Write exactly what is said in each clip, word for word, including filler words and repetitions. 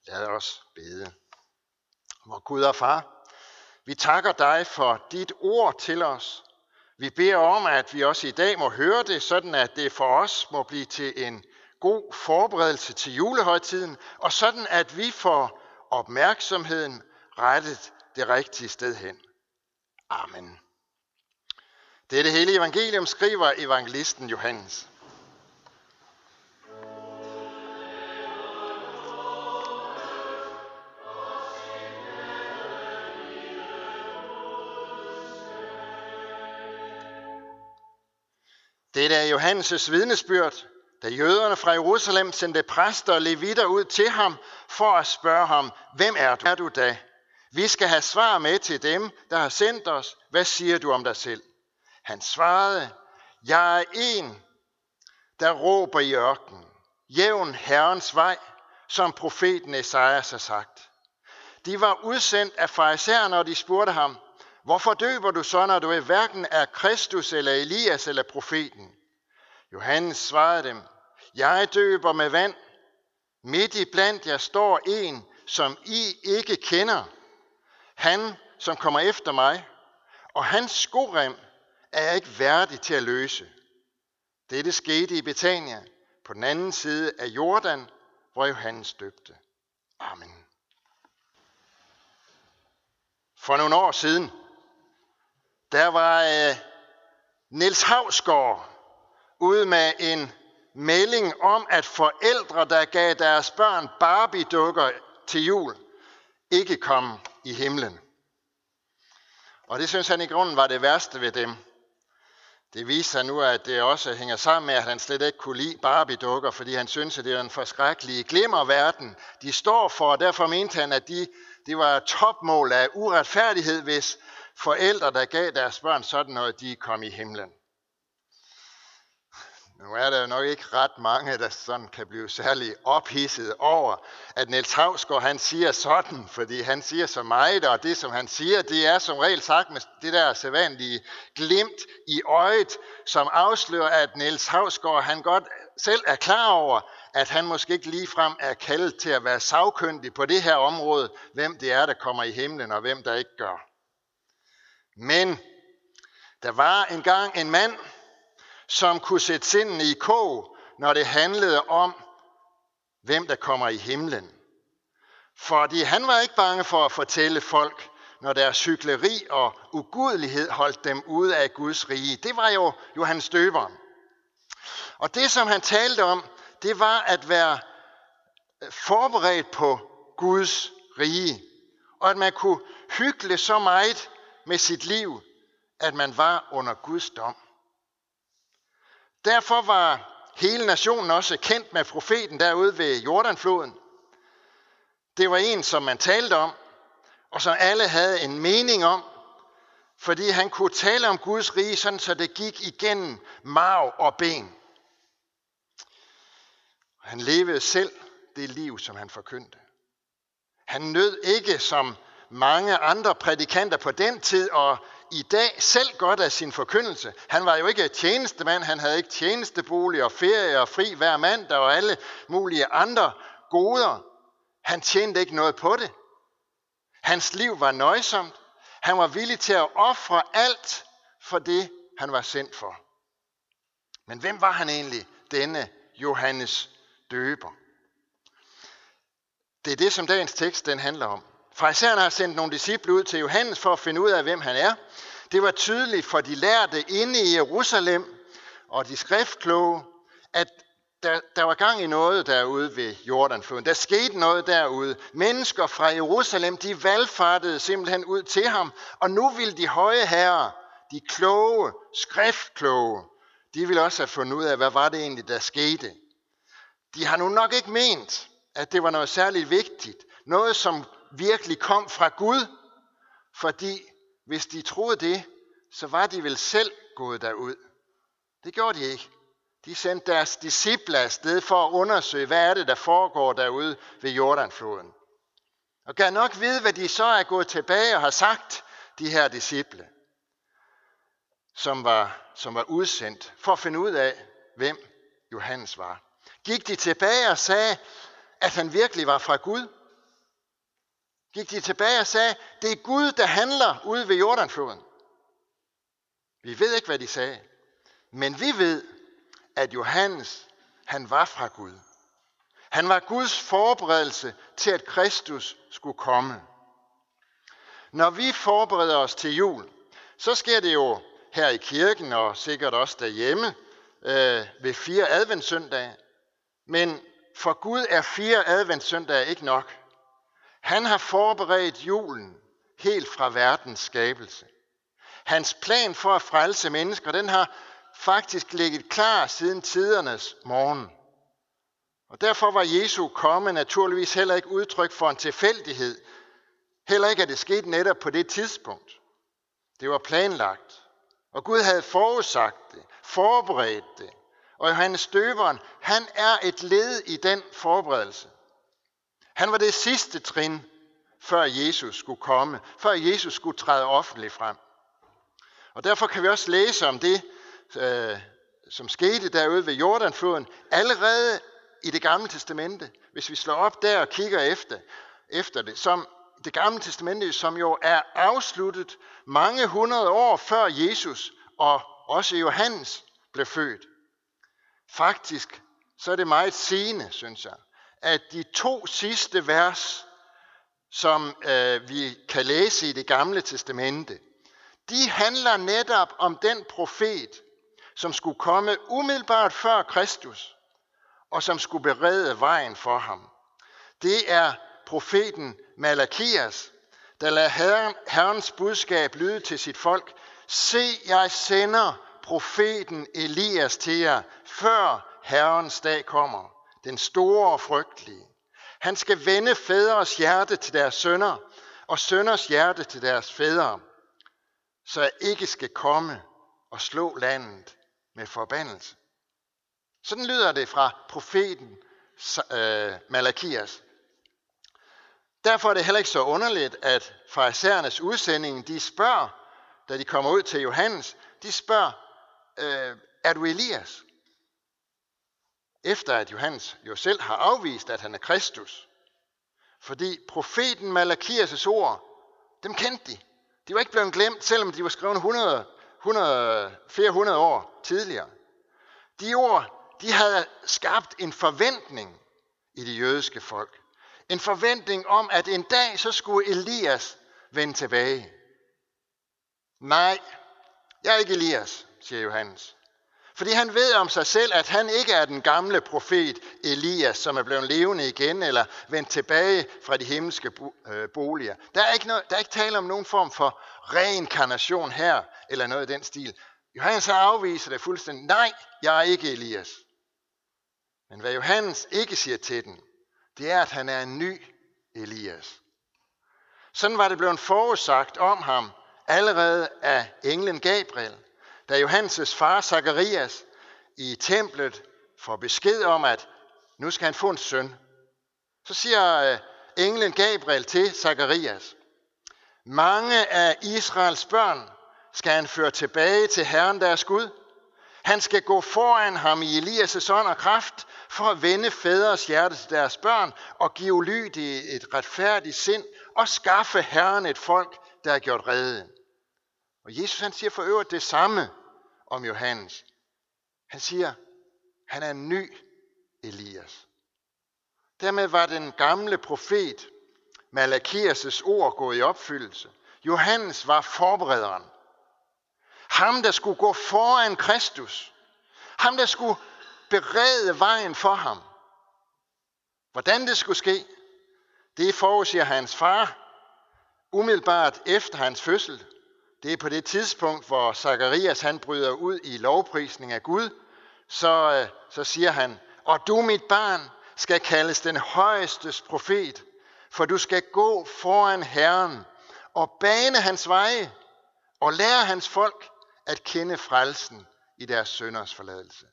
Lad os bede. Vor Gud og Far, vi takker dig for dit ord til os. Vi beder om, at vi også i dag må høre det, sådan at det for os må blive til en god forberedelse til julehøjtiden, og sådan at vi får opmærksomheden rettet det rigtige sted hen. Amen. Dette hele evangelium skriver evangelisten Johannes. Dette er Johannes' vidnesbyrd, da jøderne fra Jerusalem sendte præster og levitter ud til ham for at spørge ham, hvem er du, er du da? Vi skal have svar med til dem, der har sendt os. Hvad siger du om dig selv? Han svarede, jeg er en, der råber i ørkenen. Jævn Herrens vej, som profeten Esajas har sagt. De var udsendt af farisæerne, og de spurgte ham, hvorfor døber du så, når du er hverken er Kristus eller Elias eller profeten? Johannes svarede dem, jeg døber med vand. Midt i blandt jer står en, som I ikke kender. Han, som kommer efter mig, og hans skorem er jeg ikke værdig til at løse. Dette skete i Betania, på den anden side af Jordan, hvor Johannes døbte. Amen. For nogle år siden, der var uh, Niels Hausgaard ude med en melding om, at forældre, der gav deres børn Barbie-dukker til jul, ikke kom i himlen. Og det synes han i grunden var det værste ved dem. Det viser sig nu, at det også hænger sammen med, at han slet ikke kunne lide Barbie-dukker, fordi han synes, at det er en forskrækkelig glimmerverden, de står for, og derfor mente han, at de, det var topmål af uretfærdighed, hvis forældre, der gav deres børn sådan noget, de kom i himlen. Nu er der jo nok ikke ret mange, der sådan kan blive særlig ophidset over, at Niels Hausgaard, han siger sådan, fordi han siger så meget, og det som han siger, det er som regel sagt med det der sædvanlige glimt i øjet, som afslører, at Niels Hausgaard, han godt selv er klar over, at han måske ikke ligefrem er kaldet til at være sagkyndig på det her område, hvem det er, der kommer i himlen, og hvem der ikke gør. Men der var engang en mand, som kunne sætte sindene i kog, når det handlede om, hvem der kommer i himlen. Fordi han var ikke bange for at fortælle folk, når deres hykleri og ugudelighed holdt dem ude af Guds rige. Det var jo Johannes Døberen. Og det, som han talte om, det var at være forberedt på Guds rige. Og at man kunne hykle så meget med sit liv, at man var under Guds dom. Derfor var hele nationen også kendt med profeten derude ved Jordanfloden. Det var en, som man talte om, og som alle havde en mening om, fordi han kunne tale om Guds rige, sådan så det gik igennem marv og ben. Han levede selv det liv, som han forkyndte. Han nød ikke som mange andre prædikanter på den tid, og i dag selv godt af sin forkyndelse. Han var jo ikke tjenestemand, han havde ikke tjenestebolig og ferie og fri hver mandag og alle mulige andre goder. Han tjente ikke noget på det. Hans liv var nøjsomt. Han var villig til at ofre alt for det, han var sendt for. Men hvem var han egentlig, denne Johannes Døber? Det er det, som dagens tekst den handler om. Farisæerne har sendt nogle disciple ud til Johannes for at finde ud af, hvem han er. Det var tydeligt for de lærte inde i Jerusalem og de skriftkloge, at der, der var gang i noget derude ved Jordanfloden. Der skete noget derude. Mennesker fra Jerusalem, de valgfartede simpelthen ud til ham, og nu ville de høje herrer, de kloge, skriftkloge, de ville også have fundet ud af, hvad var det egentlig, der skete. De har nu nok ikke ment, at det var noget særligt vigtigt. Noget, som virkelig kom fra Gud, fordi hvis de troede det, så var de vel selv gået derud. Det gjorde de ikke. De sendte deres disciple afsted for at undersøge, hvad er det, der foregår derude ved Jordanfloden. Og kan nok vide, hvad de så er gået tilbage og har sagt, de her disciple, som var, som var udsendt for at finde ud af, hvem Johannes var. Gik de tilbage og sagde, at han virkelig var fra Gud? gik de tilbage og sagde, det er Gud, der handler ude ved Jordanfloden. Vi ved ikke, hvad de sagde, men vi ved, at Johannes, han var fra Gud. Han var Guds forberedelse til, at Kristus skulle komme. Når vi forbereder os til jul, så sker det jo her i kirken og sikkert også derhjemme øh, ved fire adventssøndage. Men for Gud er fire adventssøndage ikke nok. Han har forberedt julen helt fra verdens skabelse. Hans plan for at frelse mennesker, den har faktisk ligget klar siden tidernes morgen. Og derfor var Jesu komme naturligvis heller ikke udtryk for en tilfældighed. Heller ikke, at det skete netop på det tidspunkt. Det var planlagt. Og Gud havde forudsagt det, forberedt det. Og Johannes Døberen, han er et led i den forberedelse. Han var det sidste trin, før Jesus skulle komme, før Jesus skulle træde offentligt frem. Og derfor kan vi også læse om det, øh, som skete derude ved Jordanfloden, allerede i det gamle testamente. Hvis vi slår op der og kigger efter, efter det, som det gamle testamente, som jo er afsluttet mange hundrede år før Jesus og også Johannes blev født. Faktisk så er det meget sigende, synes jeg, at de to sidste vers, som øh, vi kan læse i det gamle testamente, de handler netop om den profet, som skulle komme umiddelbart før Kristus, og som skulle berede vejen for ham. Det er profeten Malakias, der lader herren, Herrens budskab lyde til sit folk. Se, jeg sender profeten Elias til jer, før Herrens dag kommer, den store og frygtelige. Han skal vende fædres hjerte til deres sønner, og sønners hjerte til deres fædre, så jeg ikke skal komme og slå landet med forbandelse. Sådan lyder det fra profeten øh, Malakias. Derfor er det heller ikke så underligt, at farisæernes udsending, de spørger, da de kommer ud til Johannes, de spørger, øh, er du Elias? Efter at Johannes jo selv har afvist, at han er Kristus. Fordi profeten Malakias' ord, dem kendte de. De var ikke blevet glemt, selvom de var skrevet hundrede, hundrede, flere hundrede år tidligere. De ord, de havde skabt en forventning i det jødiske folk. En forventning om, at en dag så skulle Elias vende tilbage. Nej, jeg er ikke Elias, siger Johannes. Fordi han ved om sig selv, at han ikke er den gamle profet Elias, som er blevet levende igen, eller vendt tilbage fra de himmelske boliger. Der er ikke, noget, der er ikke tale om nogen form for reinkarnation her, eller noget i den stil. Johannes har afviser det fuldstændig. Nej, jeg er ikke Elias. Men hvad Johannes ikke siger til den, det er, at han er en ny Elias. Sådan var det blevet forudsagt om ham allerede af englen Gabriel, da Johannes' far Zakarias i templet får besked om, at nu skal han få en søn. Så siger englen Gabriel til Zakarias, mange af Israels børn skal han føre tilbage til Herren deres Gud. Han skal gå foran ham i Elias' ånd og kraft, for at vende fædres hjerte til deres børn og give ulydige et retfærdigt sind og skaffe Herren et folk, der er gjort rede. Og Jesus han siger for øvrigt det samme om Johannes. Han siger, han er en ny Elias. Dermed var den gamle profet Malakias' ord gået i opfyldelse. Johannes var forberederen. Ham, der skulle gå foran Kristus. Ham, der skulle berede vejen for ham. Hvordan det skulle ske, det forudsiger hans far umiddelbart efter hans fødsel. Det er på det tidspunkt, hvor Zakarias han bryder ud i lovprisning af Gud. Så, så siger han, og du mit barn skal kaldes den højestes profet, for du skal gå foran Herren og bane hans veje og lære hans folk at kende frelsen i deres synders forladelse.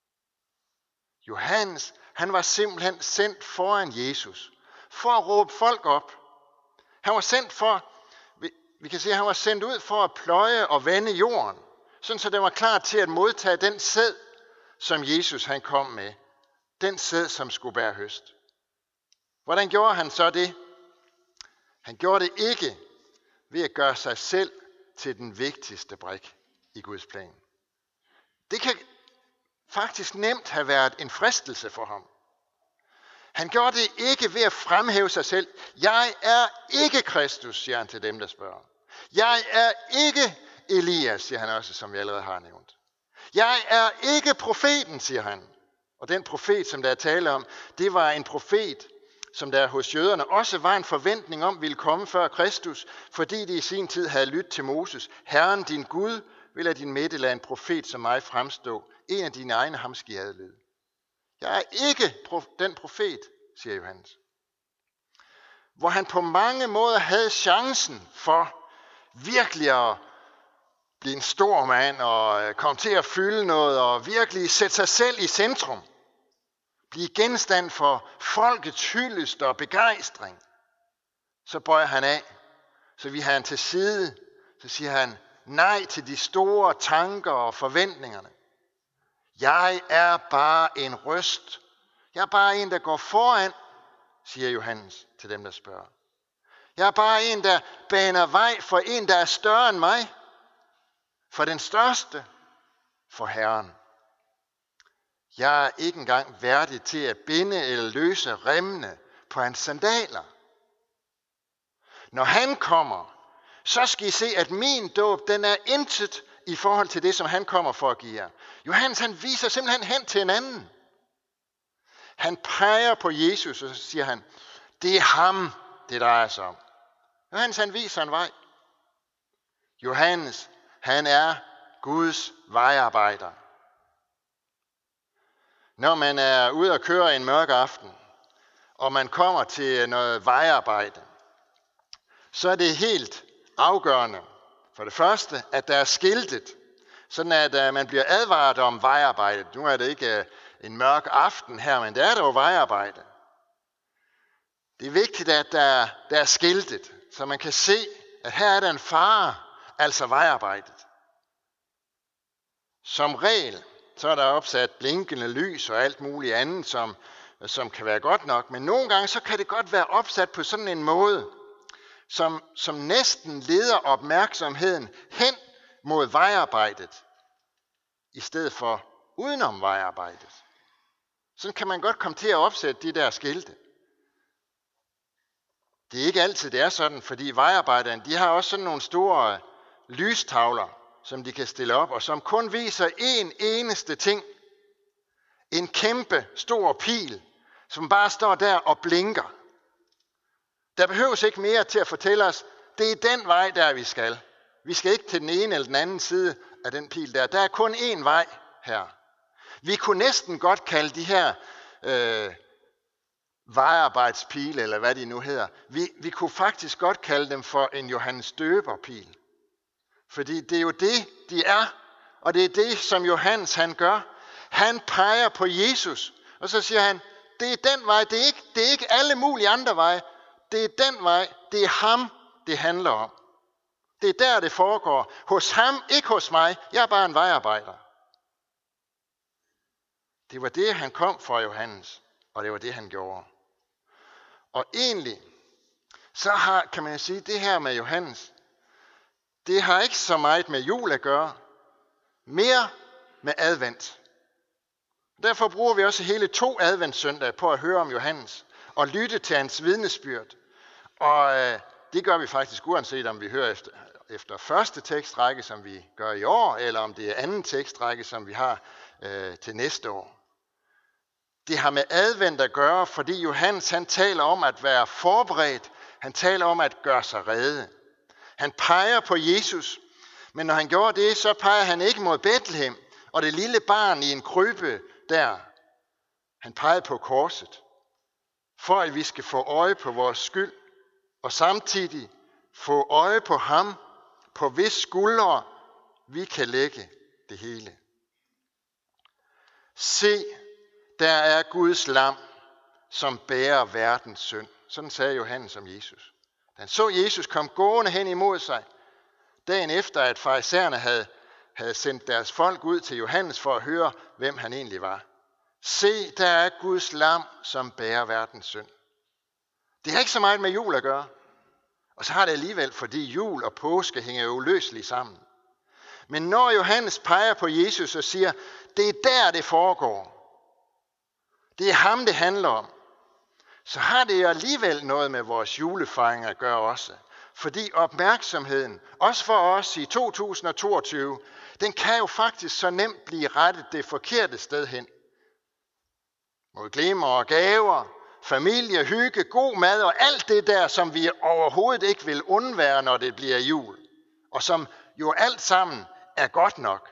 Johannes, han var simpelthen sendt foran Jesus, for at råbe folk op. Han var sendt for, vi kan sige, at han var sendt ud for at pløje og vande jorden, sådan så den var klar til at modtage den sæd, som Jesus han kom med. Den sæd, som skulle bære høst. Hvordan gjorde han så det? Han gjorde det ikke ved at gøre sig selv til den vigtigste brik i Guds plan. Det kan faktisk nemt have været en fristelse for ham. Han gjorde det ikke ved at fremhæve sig selv. Jeg er ikke Kristus, siger han til dem, der spørger. Jeg er ikke Elias, siger han også, som vi allerede har nævnt. Jeg er ikke profeten, siger han. Og den profet, som der er tale om, det var en profet, som der hos jøderne også var en forventning om, ville komme før Kristus, fordi de i sin tid havde lyttet til Moses. Herren, din Gud, vil af din midte lade en profet som mig fremstå. En af dine egne ham skal jeg adlyde. Jeg er ikke den profet, siger Johannes. Hvor han på mange måder havde chancen for virkelig at blive en stor mand og komme til at fylde noget og virkelig sætte sig selv i centrum. Blive genstand for folkets hyldest og begejstring. Så bøjer han af, så vi har han til side, så siger han nej til de store tanker og forventningerne. Jeg er bare en røst. Jeg er bare en, der går foran, siger Johannes til dem, der spørger. Jeg er bare en, der baner vej for en, der er større end mig. For den største, for Herren. Jeg er ikke engang værdig til at binde eller løse remmene på hans sandaler. Når han kommer, så skal I se, at min dåb, den er intet i forhold til det, som han kommer for at give jer. Johannes, han viser simpelthen hen til en anden. Han peger på Jesus, og så siger han, det er ham, det drejer sig om. Johannes, han viser en vej. Johannes, han er Guds vejarbejder. Når man er ude at køre en mørk aften, og man kommer til noget vejarbejde, så er det helt afgørende, for det første, at der er skiltet, sådan at man bliver advaret om vejarbejde. Nu er det ikke en mørk aften her, men det er dog vejarbejde. Det er vigtigt, at der, der er skiltet, så man kan se, at her er der en fare, altså vejarbejdet. Som regel, så er der opsat blinkende lys og alt muligt andet, som, som kan være godt nok, men nogle gange så kan det godt være opsat på sådan en måde, som, som næsten leder opmærksomheden hen mod vejarbejdet, i stedet for udenom vejarbejdet. Sådan kan man godt komme til at opsætte de der skilte. Det er ikke altid, det er sådan, fordi vejarbejderne, de har også sådan nogle store lystavler, som de kan stille op, og som kun viser én eneste ting. En kæmpe stor pil, som bare står der og blinker. Der behøves ikke mere til at fortælle os, det er den vej, der vi skal. Vi skal ikke til den ene eller den anden side af den pil der. Der er kun én vej her. Vi kunne næsten godt kalde de her øh, vejarbejdspile, eller hvad de nu hedder. Vi, vi kunne faktisk godt kalde dem for en Johannes Døber-pil. Fordi det er jo det, de er. Og det er det, som Johannes han gør. Han peger på Jesus, og så siger han, det er den vej, det er ikke, det er ikke alle mulige andre veje. Det er den vej, det er ham, det handler om. Det er der, det foregår. Hos ham, ikke hos mig. Jeg er bare en vejarbejder. Det var det, han kom for, Johannes, og det var det, han gjorde. Og egentlig, så har, kan man sige, det her med Johannes, det har ikke så meget med jul at gøre, mere med advent. Derfor bruger vi også hele to adventssøndage på at høre om Johannes og lytte til hans vidnesbyrd. Og øh, det gør vi faktisk uanset om vi hører efter, efter første tekstrække, som vi gør i år, eller om det er anden tekstrække, som vi har øh, til næste år. Det har med advent at gøre, fordi Johannes han taler om at være forberedt. Han taler om at gøre sig rede. Han peger på Jesus, men når han gjorde det, så peger han ikke mod Bethlehem og det lille barn i en krybbe der. Han peger på korset, for at vi skal få øje på vores skyld, og samtidig få øje på ham, på hvis skuldre vi kan lægge det hele. Se, der er Guds lam, som bærer verdens synd. Sådan sagde Johannes om Jesus. Da han så Jesus kom gående hen imod sig, dagen efter at farisæerne havde, havde sendt deres folk ud til Johannes for at høre, hvem han egentlig var. Se, der er Guds lam, som bærer verdens synd. Det har ikke så meget med jul at gøre. Og så har det alligevel, fordi jul og påske hænger jo uløseligt sammen. Men når Johannes peger på Jesus og siger, det er der, det foregår. Det er ham, det handler om. Så har det jo alligevel noget med vores julefejring at gøre også. Fordi opmærksomheden, også for os i to tusind og toogtyve, den kan jo faktisk så nemt blive rettet det forkerte sted hen. Mod glimmer og gaver, familie, hygge, god mad og alt det der, som vi overhovedet ikke vil undvære, når det bliver jul. Og som jo alt sammen er godt nok.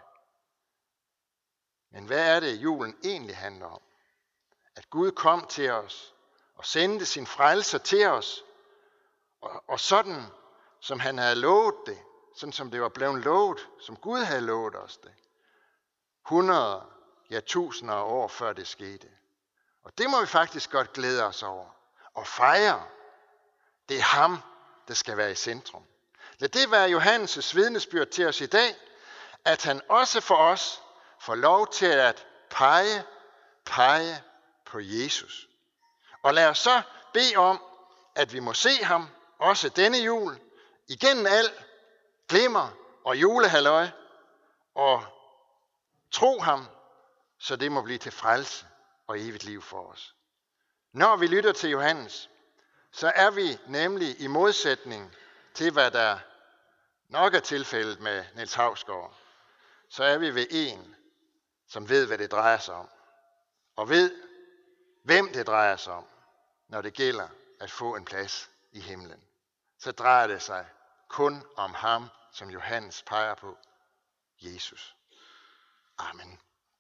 Men hvad er det, julen egentlig handler om? At Gud kom til os og sendte sin frelser til os. Og, og sådan, som han havde lovet det, sådan som det var blevet lovet, som Gud havde lovet os det. Hundrede, ja tusinder af år før det skete. Og det må vi faktisk godt glæde os over. Og fejre, det er ham, der skal være i centrum. Lad det være Johannes' vidnesbyrd til os i dag, at han også for os får lov til at pege, pege på Jesus. Og lad os så bede om, at vi må se ham, også denne jul, igennem al glimmer og julehalløj, og tro ham, så det må blive til frelse og evigt liv for os. Når vi lytter til Johannes, så er vi nemlig i modsætning til, hvad der nok er tilfældet med Niels Hausgaard, så er vi ved en, som ved, hvad det drejer sig om, og ved, hvem det drejer sig om, når det gælder at få en plads i himlen. Så drejer det sig kun om ham, som Johannes peger på, Jesus. Amen.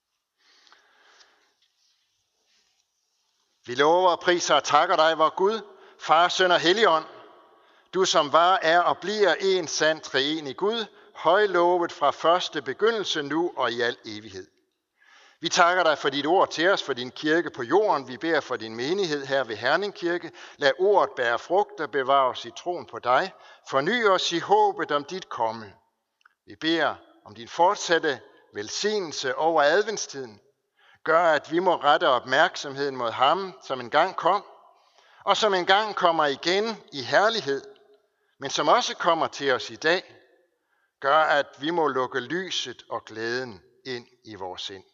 Vi lover og priser og takker dig, vor Gud, Far, Søn og Helligånd, du som var, er og bliver en sand treenig Gud, højlovet fra første begyndelse nu og i al evighed. Vi takker dig for dit ord til os, for din kirke på jorden. Vi beder for din menighed her ved Herning Kirke. Lad ordet bære frugt og bevare os i troen på dig. Forny os i håbet om dit komme. Vi beder om din fortsatte velsignelse over adventstiden. Gør, at vi må rette opmærksomheden mod ham, som engang kom, og som engang kommer igen i herlighed, men som også kommer til os i dag. Gør, at vi må lukke lyset og glæden ind i vores sind.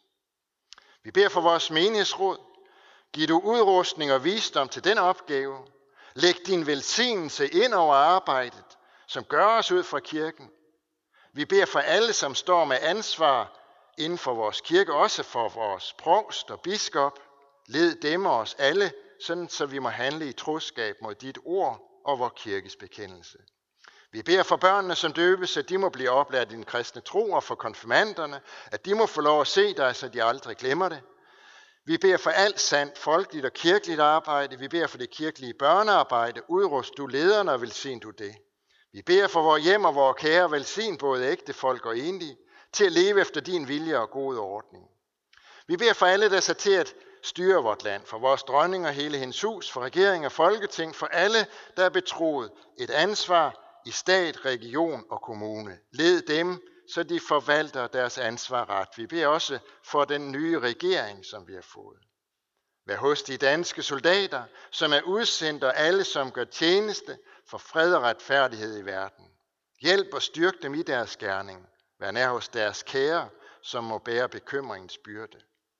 Vi beder for vores menighedsråd. Giv du udrustning og visdom til den opgave. Læg din velsignelse ind over arbejdet, som gør os ud fra kirken. Vi beder for alle, som står med ansvar inden for vores kirke, også for vores provst og biskop. Led dem og os alle, sådan så vi må handle i troskab mod dit ord og vor kirkes bekendelse. Vi beder for børnene, som døbes, at de må blive oplært i den kristne tro, og for konfirmanderne, at de må få lov at se dig, så de aldrig glemmer det. Vi beder for alt sandt, folkeligt og kirkeligt arbejde. Vi beder for det kirkelige børnearbejde. Udrust du lederne og velsign du det. Vi beder for vores hjem og vores kære, velsign både ægte folk og enlige, til at leve efter din vilje og gode ordning. Vi beder for alle, der er til at styre vort land, for vores dronning og hele hendes hus, for regering og folketing, for alle, der er betroet et ansvar i stat, region og kommune. Led dem, så de forvalter deres ansvar ret. Vi beder også for den nye regering, som vi har fået. Vær hos de danske soldater, som er udsendt, og alle, som gør tjeneste for fred og retfærdighed i verden. Hjælp og styrk dem i deres gerning. Vær nær hos deres kære, som må bære bekymringens byrde.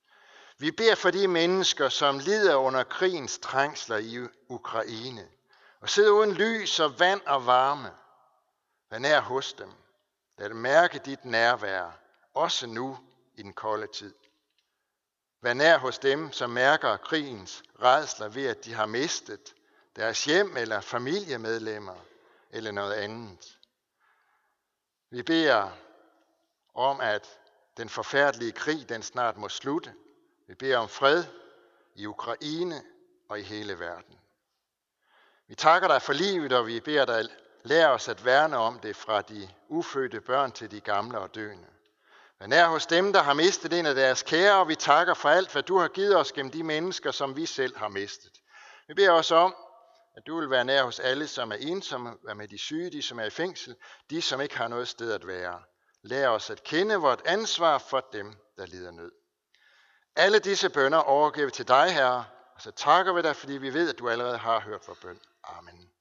Vi beder for de mennesker, som lider under krigens trængsler i Ukraine, og sidder uden lys og vand og varme. Vær nær hos dem. Lad dem mærke dit nærvær, også nu i den kolde tid. Vær nær hos dem, som mærker krigens rædsler ved, at de har mistet deres hjem eller familiemedlemmer eller noget andet. Vi beder om, at den forfærdelige krig, den snart må slutte. Vi beder om fred i Ukraine og i hele verden. Vi takker dig for livet, og vi beder dig, lær os at værne om det fra de ufødte børn til de gamle og døende. Vær nær hos dem, der har mistet en af deres kære, og vi takker for alt, hvad du har givet os gennem de mennesker, som vi selv har mistet. Vi beder os om, at du vil være nær hos alle, som er ensomme, være med de syge, de som er i fængsel, de som ikke har noget sted at være. Lær os at kende vort ansvar for dem, der lider nød. Alle disse bønner overgiver vi til dig, Herre, og så takker vi dig, fordi vi ved, at du allerede har hørt vor bøn. Amen.